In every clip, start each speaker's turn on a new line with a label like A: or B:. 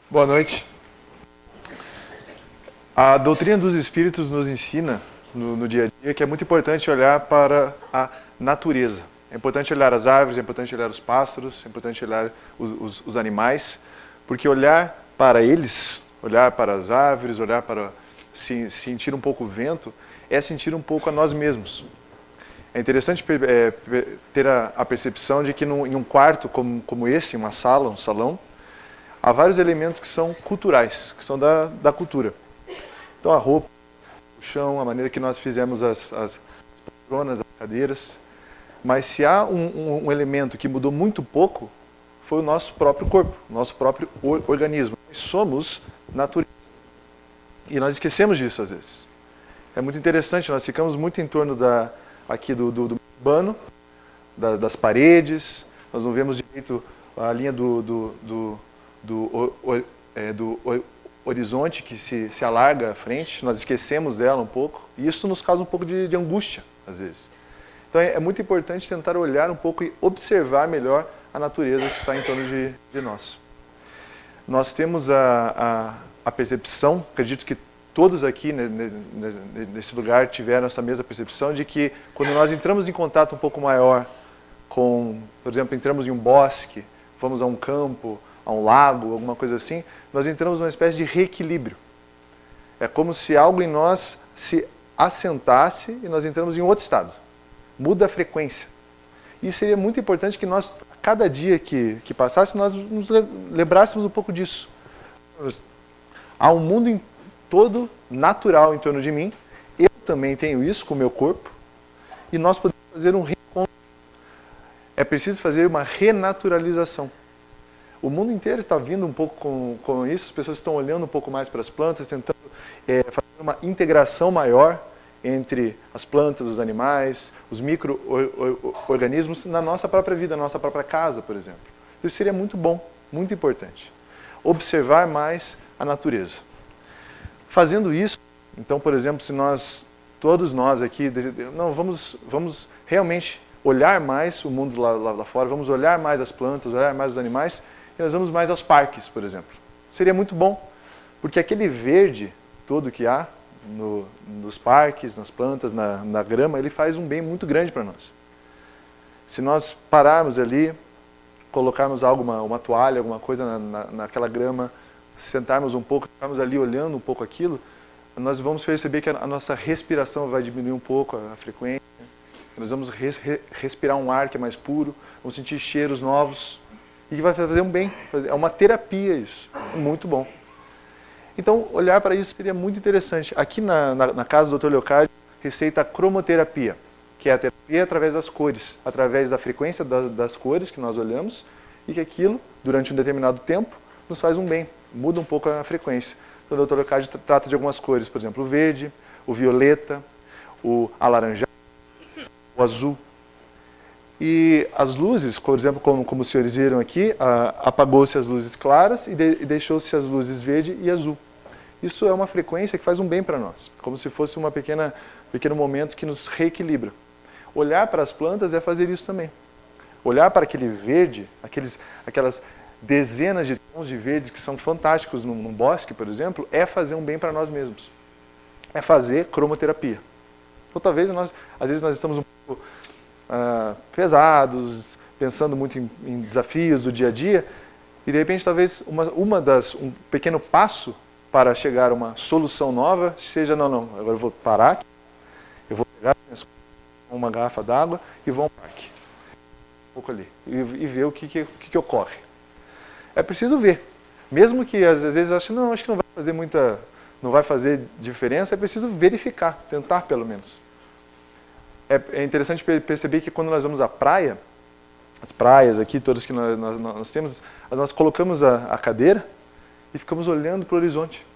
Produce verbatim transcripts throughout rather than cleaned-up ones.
A: Boa noite. A doutrina dos espíritos nos ensina, no, no dia a dia, que é muito importante olhar para a natureza. É importante olhar as árvores, é importante olhar os pássaros, é importante olhar os, os, os animais, porque olhar para eles, olhar para as árvores, olhar para se, sentir um pouco o vento, é sentir um pouco a nós mesmos. É interessante é, ter a, a percepção de que num, em um quarto como, como esse, uma sala, um salão, há vários elementos que são culturais, que são da, da cultura. Então a roupa, o chão, a maneira que nós fizemos as, as poltronas, as cadeiras. Mas se há um, um, um elemento que mudou muito pouco, foi o nosso próprio corpo, o nosso próprio or, organismo. Nós somos natureza. E nós esquecemos disso às vezes. É muito interessante, nós ficamos muito em torno da, aqui do, do, do urbano, da, das paredes, nós não vemos direito a linha do, do, do, do, o, é, do horizonte que se, se alarga à frente, nós esquecemos dela um pouco, e isso nos causa um pouco de, de angústia, às vezes. Então é, é muito importante tentar olhar um pouco e observar melhor a natureza que está em torno de, de nós. Nós temos a, a, a percepção, acredito que todos aqui nesse lugar tiveram essa mesma percepção de que quando nós entramos em contato um pouco maior com, por exemplo, entramos em um bosque, vamos a um campo, a um lago, alguma coisa assim, nós entramos numa espécie de reequilíbrio. É como se algo em nós se assentasse e nós entramos em outro estado. Muda a frequência. E seria muito importante que nós, cada dia que, que passasse, nós nos lembrássemos um pouco disso. Há um mundo todo natural em torno de mim, eu também tenho isso com o meu corpo, e nós podemos fazer um reencontro. É preciso fazer uma renaturalização. O mundo inteiro está vindo um pouco com, com isso, as pessoas estão olhando um pouco mais para as plantas, tentando é, fazer uma integração maior entre as plantas, os animais, os micro-organismos na nossa própria vida, na nossa própria casa, por exemplo. Isso seria muito bom, muito importante. Observar mais a natureza. Fazendo isso, então, por exemplo, se nós, todos nós aqui, não, vamos, vamos realmente olhar mais o mundo lá, lá, lá fora, vamos olhar mais as plantas, olhar mais os animais, e nós vamos mais aos parques, por exemplo. Seria muito bom, porque aquele verde todo que há no, nos parques, nas plantas, na, na grama, ele faz um bem muito grande para nós. Se nós pararmos ali, colocarmos algo, uma, uma toalha, alguma coisa na, na, naquela grama, sentarmos um pouco, ficarmos ali olhando um pouco aquilo, nós vamos perceber que a, a nossa respiração vai diminuir um pouco a, a frequência, nós vamos res, re, respirar um ar que é mais puro, vamos sentir cheiros novos, e que vai fazer um bem, é uma terapia isso, muito bom. Então, olhar para isso seria muito interessante. Aqui na, na, na casa do doutor Leocádio, receita a cromoterapia, que é a terapia através das cores, através da frequência das, das cores que nós olhamos, e que aquilo, durante um determinado tempo, nos faz um bem, muda um pouco a frequência. Então, o doutor Leocádio trata de algumas cores, por exemplo, o verde, o violeta, o alaranjado, o azul. E as luzes, por exemplo, como, como os senhores viram aqui, apagou-se as luzes claras e, de, e deixou-se as luzes verde e azul. Isso é uma frequência que faz um bem para nós, como se fosse um pequeno momento que nos reequilibra. Olhar para as plantas é fazer isso também. Olhar para aquele verde, aqueles, aquelas dezenas de tons de verde que são fantásticos num, num bosque, por exemplo, é fazer um bem para nós mesmos. É fazer cromoterapia. Ou talvez nós, às vezes nós estamos um pouco uh, pesados, pensando muito em, em desafios do dia a dia, e de repente talvez uma, uma das, um pequeno passo para chegar a uma solução nova seja, não, não, agora eu vou parar aqui, eu vou pegar uma garrafa d'água e vou ao parque. Um pouco ali. E, e ver o que, que, que, que ocorre. É preciso ver. Mesmo que às vezes ache, não, acho que não vai fazer muita, não vai fazer diferença, é preciso verificar, tentar pelo menos. É, é interessante perceber que quando nós vamos à praia, as praias aqui, todas que nós, nós, nós temos, nós colocamos a, a cadeira e ficamos olhando para o horizonte.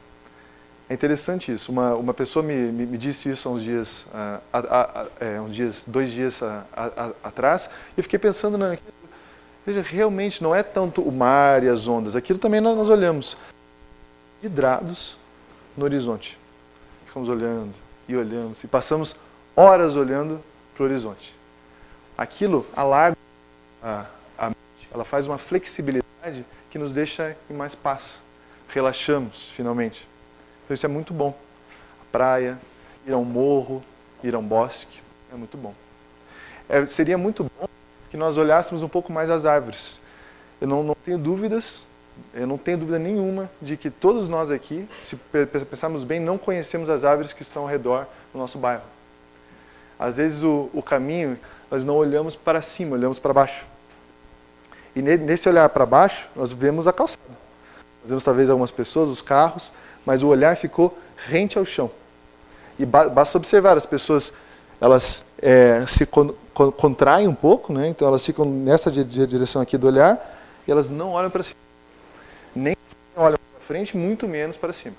A: É interessante isso. Uma, uma pessoa me, me, me disse isso há uns dias, uh, a, a, a, é, uns dias dois dias a, a, a, atrás, e eu fiquei pensando naquilo. Veja, realmente não é tanto o mar e as ondas, aquilo também nós, nós olhamos. Vidrados no horizonte. Ficamos olhando e olhamos, e passamos horas olhando para o horizonte. Aquilo alarga a, a mente, ela faz uma flexibilidade que nos deixa em mais paz. Relaxamos, finalmente. Então isso é muito bom. A praia, ir a um morro, ir a um bosque, é muito bom. É, seria muito bom que nós olhássemos um pouco mais as árvores. Eu não, não tenho dúvidas, eu não tenho dúvida nenhuma de que todos nós aqui, se pensarmos bem, não conhecemos as árvores que estão ao redor do nosso bairro. Às vezes o, o caminho, nós não olhamos para cima, olhamos para baixo. E nesse olhar para baixo, nós vemos a calçada. Nós vemos talvez algumas pessoas, os carros, mas o olhar ficou rente ao chão. E basta observar, as pessoas, elas é, se con con contraem um pouco, né? Então elas ficam nessa direção aqui do olhar, e elas não olham para cima. Nem olham para frente, muito menos para cima.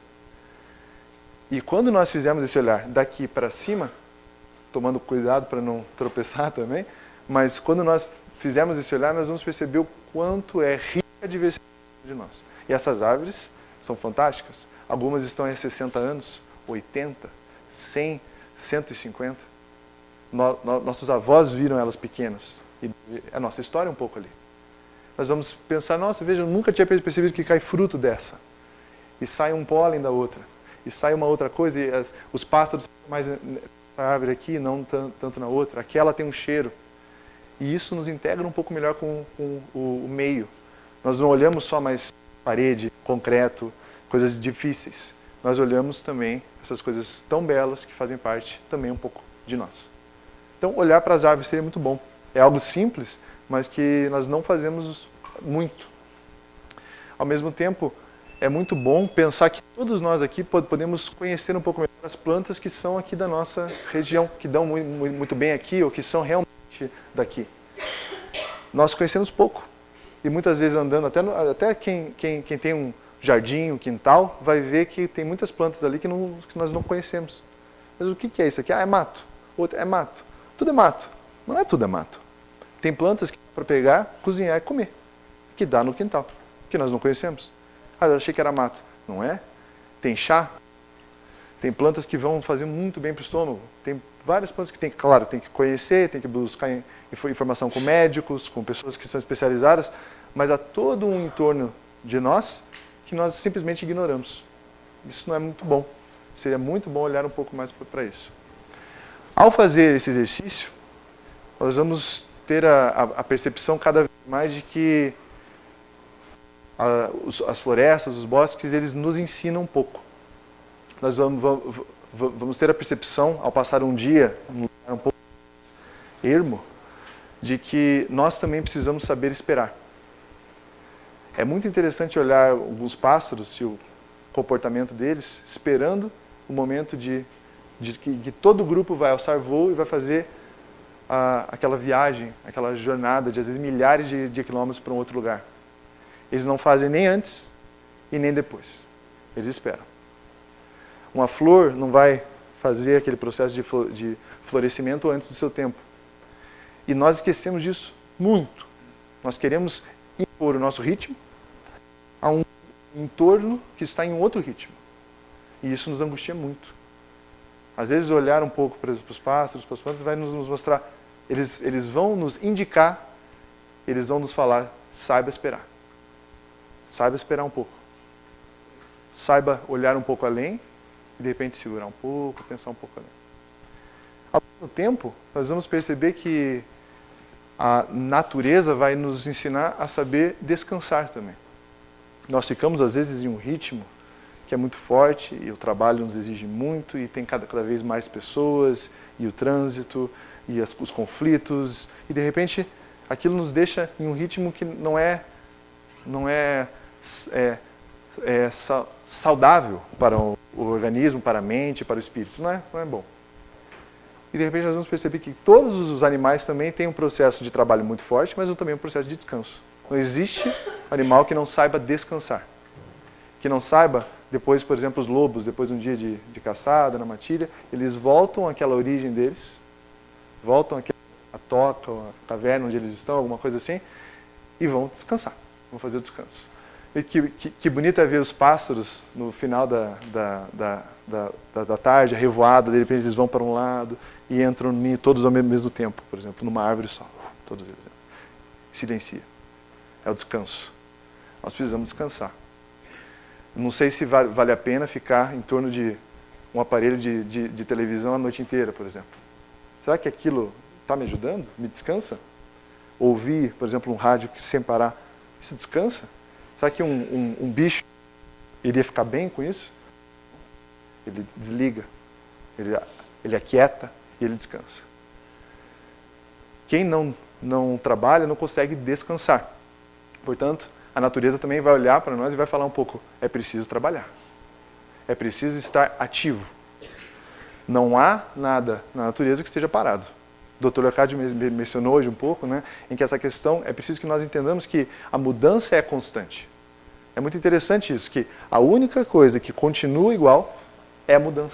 A: E quando nós fizermos esse olhar daqui para cima, tomando cuidado para não tropeçar também, mas quando nós fizermos esse olhar, nós vamos perceber o quanto é rica a diversidade de nós. E essas árvores são fantásticas. Algumas estão há sessenta anos, oitenta, cem, cento e cinquenta. No, no, nossos avós viram elas pequenas. E a nossa história é um pouco ali. Nós vamos pensar, nossa, veja, eu nunca tinha percebido que cai fruto dessa. E sai um pólen da outra. E sai uma outra coisa, e as, os pássaros mais nessa árvore aqui, não tanto na outra. Aquela tem um cheiro. E isso nos integra um pouco melhor com, com o, o meio. Nós não olhamos só mais parede, concreto, coisas difíceis. Nós olhamos também essas coisas tão belas que fazem parte também um pouco de nós. Então, olhar para as árvores seria muito bom. É algo simples, mas que nós não fazemos muito. Ao mesmo tempo, é muito bom pensar que todos nós aqui podemos conhecer um pouco melhor as plantas que são aqui da nossa região, que dão muito, muito bem aqui, ou que são realmente daqui. Nós conhecemos pouco. E muitas vezes andando, até, no, até quem, quem, quem tem um jardim, um quintal, vai ver que tem muitas plantas ali que, não, que nós não conhecemos. Mas o que, que é isso aqui? Ah, é mato. Outro, é mato. Tudo é mato. Não é tudo é mato. Tem plantas que dá para pegar, cozinhar e comer. Que dá no quintal. Que nós não conhecemos. Ah, eu achei que era mato. Não é? Tem chá. Tem plantas que vão fazer muito bem para o estômago. Tem várias plantas que tem que, claro, tem que conhecer, tem que buscar informação com médicos, com pessoas que são especializadas, mas há todo um entorno de nós que nós simplesmente ignoramos. Isso não é muito bom. Seria muito bom olhar um pouco mais para isso. Ao fazer esse exercício, nós vamos ter a, a, a percepção cada vez mais de que a, os, as florestas, os bosques, eles nos ensinam um pouco. Nós vamos, vamos, vamos ter a percepção, ao passar um dia um lugar um pouco ermo, de que nós também precisamos saber esperar. É muito interessante olhar alguns pássaros e o comportamento deles, esperando o momento de, de que, que todo o grupo vai alçar voo e vai fazer a, aquela viagem, aquela jornada de, às vezes, milhares de, de quilômetros para um outro lugar. Eles não fazem nem antes e nem depois. Eles esperam. Uma flor não vai fazer aquele processo de, de florescimento antes do seu tempo. E nós esquecemos disso muito. Nós queremos impor o nosso ritmo a um entorno que está em um outro ritmo. E isso nos angustia muito. Às vezes olhar um pouco para os pássaros, para as plantas, vai nos mostrar, eles, eles vão nos indicar, eles vão nos falar, saiba esperar. Saiba esperar um pouco. Saiba olhar um pouco além e de repente segurar um pouco, pensar um pouco além. Ao mesmo tempo, nós vamos perceber que a natureza vai nos ensinar a saber descansar também. Nós ficamos, às vezes, em um ritmo que é muito forte, e o trabalho nos exige muito, e tem cada, cada vez mais pessoas, e o trânsito, e as, os conflitos, e de repente aquilo nos deixa em um ritmo que não é, não é, é, é saudável para o, o organismo, para a mente, para o espírito. Não é, não é bom. E de repente nós vamos perceber que todos os animais também têm um processo de trabalho muito forte, mas também um processo de descanso. Não existe animal que não saiba descansar. Que não saiba, depois, por exemplo, os lobos, depois de um dia de, de caçada, na matilha, eles voltam àquela origem deles, voltam àquela toca, à caverna onde eles estão, alguma coisa assim, e vão descansar, vão fazer o descanso. E que, que, que bonito é ver os pássaros no final da, da, da, da, da, da tarde, a revoada, de repente eles vão para um lado e entram no ninho todos ao mesmo tempo, por exemplo, numa árvore só, todos eles. Silencia. É o descanso. Nós precisamos descansar. Não sei se vale, vale a pena ficar em torno de um aparelho de, de, de televisão a noite inteira, por exemplo. Será que aquilo está me ajudando? Me descansa? Ouvir, por exemplo, um rádio que sem parar, isso descansa? Será que um, um, um bicho iria ficar bem com isso? Ele desliga, ele, ele aquieta e ele descansa. Quem não, não trabalha não consegue descansar. Portanto, a natureza também vai olhar para nós e vai falar um pouco, é preciso trabalhar. É preciso estar ativo. Não há nada na natureza que esteja parado. O doutor Leocádio mencionou hoje um pouco, né, em que essa questão, é preciso que nós entendamos que a mudança é constante. É muito interessante isso, que a única coisa que continua igual é a mudança.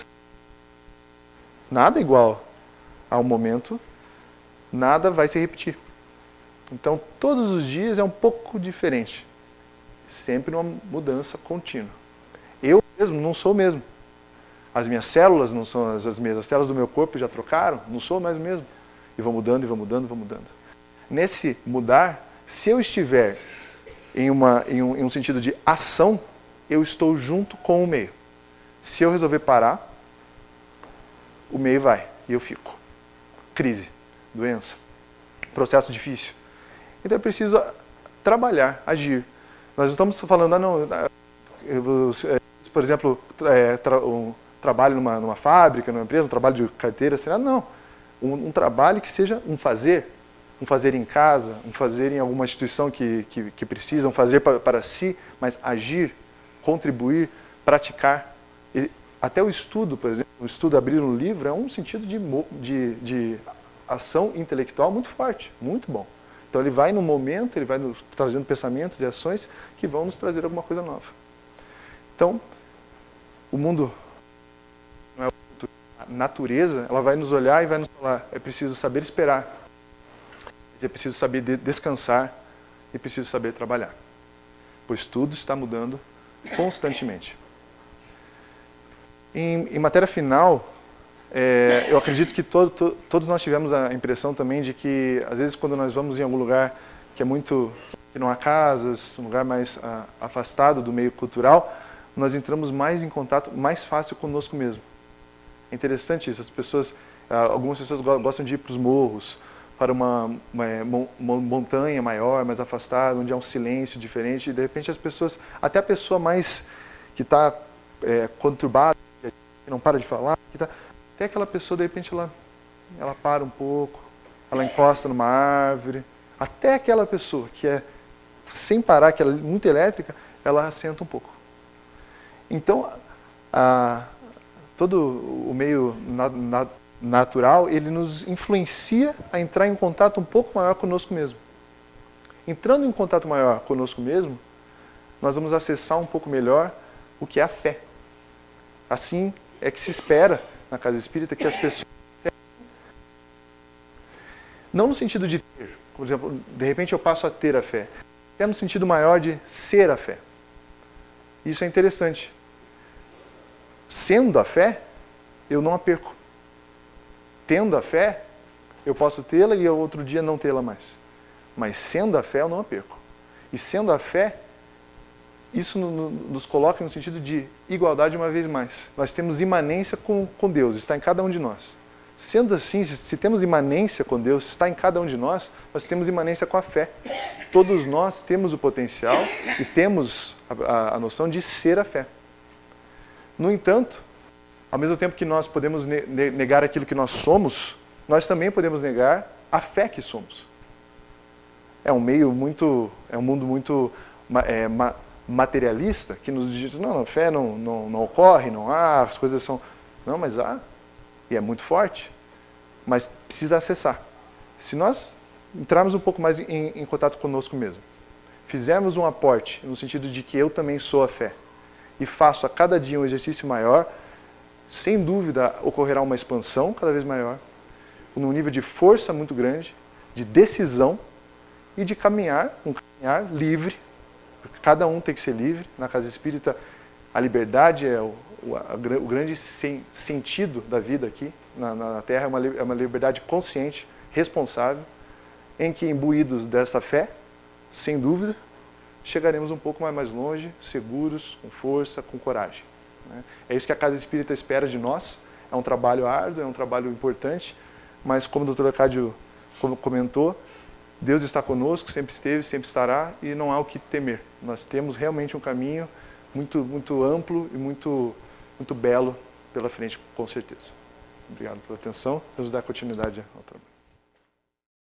A: Nada igual ao momento, nada vai se repetir. Então, todos os dias é um pouco diferente. Sempre uma mudança contínua. Eu mesmo não sou o mesmo. As minhas células não são as mesmas. As células do meu corpo já trocaram, não sou mais o mesmo. E vão mudando, e vão mudando, e vão mudando. Nesse mudar, se eu estiver em, uma, em, um, em um sentido de ação, eu estou junto com o meio. Se eu resolver parar, o meio vai e eu fico. Crise, doença, processo difícil. Então é preciso trabalhar, agir. Nós estamos falando, ah, não, eu, por exemplo, é, tra, um trabalho numa, numa fábrica, numa empresa, um trabalho de carteira, será? Não. Um, um trabalho que seja um fazer, um fazer em casa, um fazer em alguma instituição que, que, que precisa, um fazer para, para si, mas agir, contribuir, praticar. E até o estudo, por exemplo, o estudo abrir um livro é um sentido de, de, de ação intelectual muito forte, muito bom. Então ele vai no momento, ele vai nos trazendo pensamentos e ações que vão nos trazer alguma coisa nova. Então, o mundo, a natureza, ela vai nos olhar e vai nos falar, é preciso saber esperar, é preciso saber descansar e preciso saber trabalhar. Pois tudo está mudando constantemente. Em, em matéria final, é, eu acredito que todo, to, todos nós tivemos a impressão também de que, às vezes, quando nós vamos em algum lugar que é muito, que não há casas, um lugar mais a, afastado do meio cultural, nós entramos mais em contato, mais fácil conosco mesmo. É interessante isso, as pessoas, algumas pessoas gostam de ir para os morros, para uma, uma, uma montanha maior, mais afastada, onde há um silêncio diferente, e de repente as pessoas, até a pessoa mais que está é, conturbada, que não para de falar, que tá, até aquela pessoa, de repente, ela, ela para um pouco, ela encosta numa árvore, até aquela pessoa que é, sem parar, que é muito elétrica, ela assenta um pouco. Então, a, todo o meio na, na, natural, ele nos influencia a entrar em contato um pouco maior conosco mesmo. Entrando em contato maior conosco mesmo, nós vamos acessar um pouco melhor o que é a fé. Assim é que se espera na casa espírita que as pessoas, não no sentido de ter, por exemplo, de repente eu passo a ter a fé, é no sentido maior de ser a fé. Isso é interessante. Sendo a fé, eu não a perco. Tendo a fé, eu posso tê-la e outro dia não tê-la mais. Mas sendo a fé, eu não a perco. E sendo a fé, isso nos coloca no sentido de igualdade uma vez mais. Nós temos imanência com, com Deus, está em cada um de nós. Sendo assim, se temos imanência com Deus, está em cada um de nós, nós temos imanência com a fé. Todos nós temos o potencial e temos a, a, a noção de ser a fé. No entanto, ao mesmo tempo que nós podemos ne negar aquilo que nós somos, nós também podemos negar a fé que somos. É um meio muito, é um mundo muito é, ma materialista, que nos diz, não, a fé não, não, não ocorre, não há, as coisas são... Não, mas há, e é muito forte, mas precisa acessar. Se nós entrarmos um pouco mais em, em contato conosco mesmo, fizermos um aporte, no sentido de que eu também sou a fé, e faço a cada dia um exercício maior, sem dúvida ocorrerá uma expansão cada vez maior, num nível de força muito grande, de decisão e de caminhar, um caminhar livre. Cada um tem que ser livre. Na casa espírita, a liberdade é o, o, a, o grande sen, sentido da vida aqui na, na Terra, é uma, é uma liberdade consciente, responsável, em que, imbuídos dessa fé, sem dúvida, chegaremos um pouco mais longe, seguros, com força, com coragem. Né? É isso que a Casa Espírita espera de nós. É um trabalho árduo, é um trabalho importante, mas como o doutor Arcádio comentou, Deus está conosco, sempre esteve, sempre estará, e não há o que temer. Nós temos realmente um caminho muito, muito amplo e muito, muito belo pela frente, com certeza. Obrigado pela atenção. Deus dá continuidade ao trabalho.